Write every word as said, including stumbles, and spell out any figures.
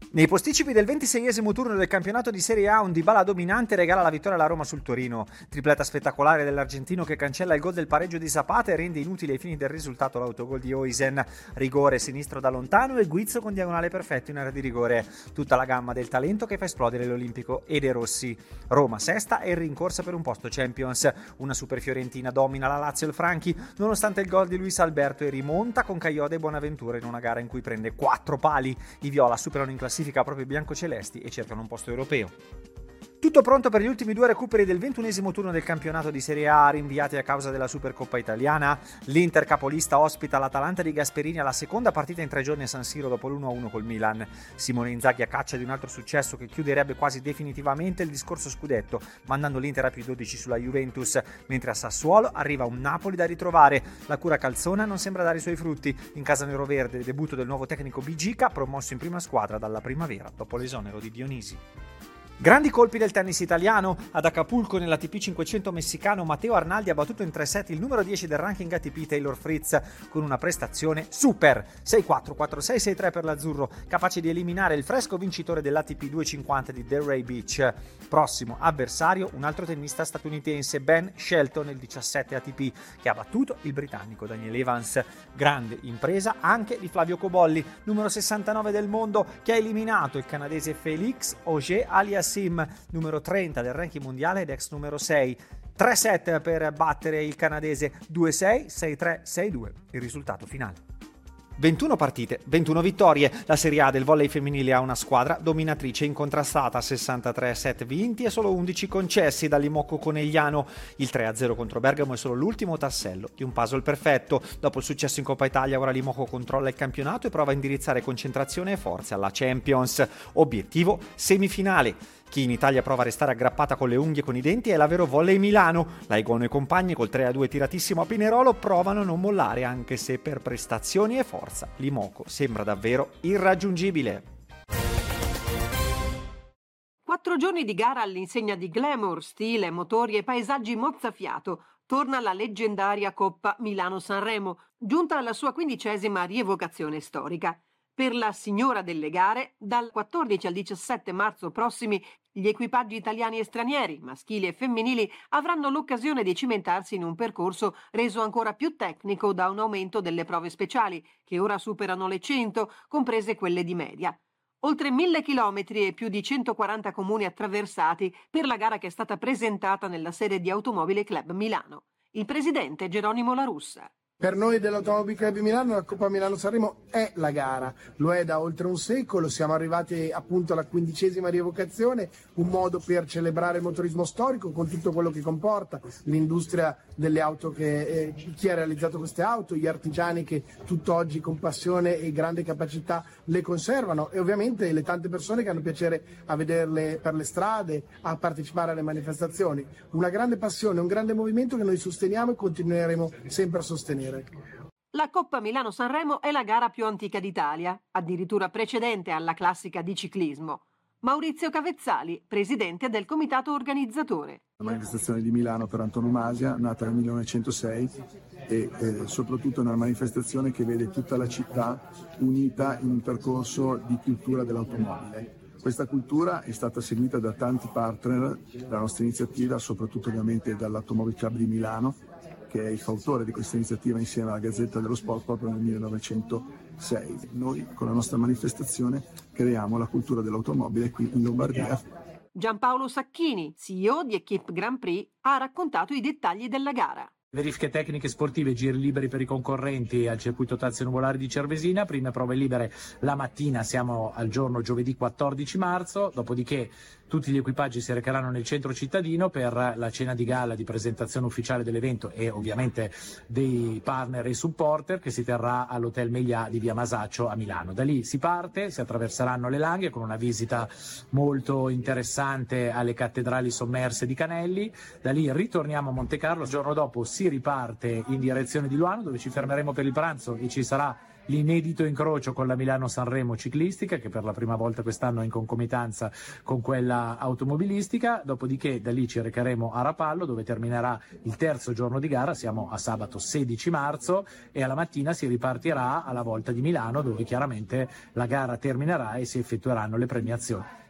Nei posticipi del ventiseiesimo turno del campionato di Serie A, un Dybala dominante regala la vittoria alla Roma sul Torino. Tripletta spettacolare dell'argentino che cancella il gol del pareggio di Zapata e rende inutile ai fini del risultato l'autogol di Oisen. Rigore sinistro da lontano e Guizzo con diagonale perfetto in area di rigore. Tutta la gamma del talento che fa esplodere l'Olimpico e De Rossi. Roma sesta e in rincorsa per un posto Champions. Una super fiorentina domina la Lazio e il Franchi nonostante il gol di Luis Alberto e rimonta con Caioda e Bonaventura in una gara in cui prende quattro pali. I viola superano in classifica proprio i biancocelesti e cercano un posto europeo. Tutto pronto per gli ultimi due recuperi del ventunesimo turno del campionato di Serie A, rinviati a causa della Supercoppa italiana. L'Inter capolista ospita l'Atalanta di Gasperini alla seconda partita in tre giorni a San Siro dopo l'uno a uno col Milan. Simone Inzaghi a caccia di un altro successo che chiuderebbe quasi definitivamente il discorso scudetto, mandando l'Inter a più dodici sulla Juventus, mentre a Sassuolo arriva un Napoli da ritrovare. La cura calzona non sembra dare i suoi frutti. In casa neroverde, debutto del nuovo tecnico Bigica, promosso in prima squadra dalla primavera dopo l'esonero di Dionisi. Grandi colpi del tennis italiano. Ad Acapulco nell'A T P cinquecento messicano Matteo Arnaldi ha battuto in tre set il numero dieci del ranking A T P Taylor Fritz con una prestazione super. sei quattro, quattro sei, sei tre per l'azzurro, capace di eliminare il fresco vincitore dell'A T P duecentocinquanta di Delray Beach. Prossimo avversario un altro tennista statunitense, Ben Shelton, nel diciassette A T P, che ha battuto il britannico Daniel Evans. Grande impresa anche di Flavio Cobolli, numero sessantanove del mondo, che ha eliminato il canadese Félix Auger-Aliassime, numero trenta del ranking mondiale ed ex numero sei. Tre set per battere il canadese, due sei, sei tre, sei due, il risultato finale. ventuno partite, ventuno vittorie. La Serie A del volley femminile ha una squadra dominatrice incontrastata, sessantatré set vinti e solo undici concessi dall'Imocco Conegliano. Il tre a zero contro Bergamo è solo l'ultimo tassello di un puzzle perfetto. Dopo il successo in Coppa Italia, ora l'Imocco controlla il campionato e prova a indirizzare concentrazione e forze alla Champions. Obiettivo semifinale. Chi in Italia prova a restare aggrappata con le unghie e con i denti è la Vero Volley Milano. La Egono e compagni col tre a due tiratissimo a Pinerolo provano a non mollare, anche se per prestazioni e forza l'Imoco sembra davvero irraggiungibile. Quattro giorni di gara all'insegna di glamour, stile, motori e paesaggi mozzafiato. Torna la leggendaria Coppa Milano-Sanremo, giunta alla sua quindicesima rievocazione storica. Per la signora delle gare, dal quattordici al diciassette marzo prossimi, gli equipaggi italiani e stranieri, maschili e femminili, avranno l'occasione di cimentarsi in un percorso reso ancora più tecnico da un aumento delle prove speciali, che ora superano le cento, comprese quelle di media. Oltre mille chilometri e più di centoquaranta comuni attraversati per la gara che è stata presentata nella sede di Automobile Club Milano. Il presidente Geronimo La Russa. Per noi dell'Automobile Club Milano la Coppa Milano-Sanremo è la gara, lo è da oltre un secolo, siamo arrivati appunto alla quindicesima rievocazione, un modo per celebrare il motorismo storico con tutto quello che comporta, l'industria delle auto, che eh, chi ha realizzato queste auto, gli artigiani che tutt'oggi con passione e grande capacità le conservano e ovviamente le tante persone che hanno piacere a vederle per le strade, a partecipare alle manifestazioni. Una grande passione, un grande movimento che noi sosteniamo e continueremo sempre a sostenere. La Coppa Milano-Sanremo è la gara più antica d'Italia, addirittura precedente alla classica di ciclismo. Maurizio Cavezzali, presidente del comitato organizzatore. La manifestazione di Milano per antonomasia, nata nel millenovecentosei e eh, soprattutto è una manifestazione che vede tutta la città unita in un percorso di cultura dell'automobile. Questa cultura è stata seguita da tanti partner della nostra iniziativa, soprattutto ovviamente dall'Automobile Club di Milano, che è il fautore di questa iniziativa insieme alla Gazzetta dello Sport proprio nel millenovecentosei. Noi con la nostra manifestazione creiamo la cultura dell'automobile qui in Lombardia. Giampaolo Sacchini, C E O di Equipe Grand Prix, ha raccontato i dettagli della gara. Verifiche tecniche sportive, giri liberi per i concorrenti al circuito Tazio Nuvolari di Cervesina, prime prove libere la mattina, siamo al giorno giovedì quattordici marzo, dopodiché tutti gli equipaggi si recheranno nel centro cittadino per la cena di gala di presentazione ufficiale dell'evento e ovviamente dei partner e supporter, che si terrà all'Hotel Melià di via Masaccio a Milano. Da lì si parte, si attraverseranno le Langhe con una visita molto interessante alle cattedrali sommerse di Canelli, da lì ritorniamo a Montecarlo, il giorno dopo si si riparte in direzione di Luano, dove ci fermeremo per il pranzo e ci sarà l'inedito incrocio con la Milano-Sanremo ciclistica, che per la prima volta quest'anno è in concomitanza con quella automobilistica. Dopodiché da lì ci recheremo a Rapallo, dove terminerà il terzo giorno di gara. Siamo a sabato sedici marzo e alla mattina si ripartirà alla Volta di Milano, dove chiaramente la gara terminerà e si effettueranno le premiazioni.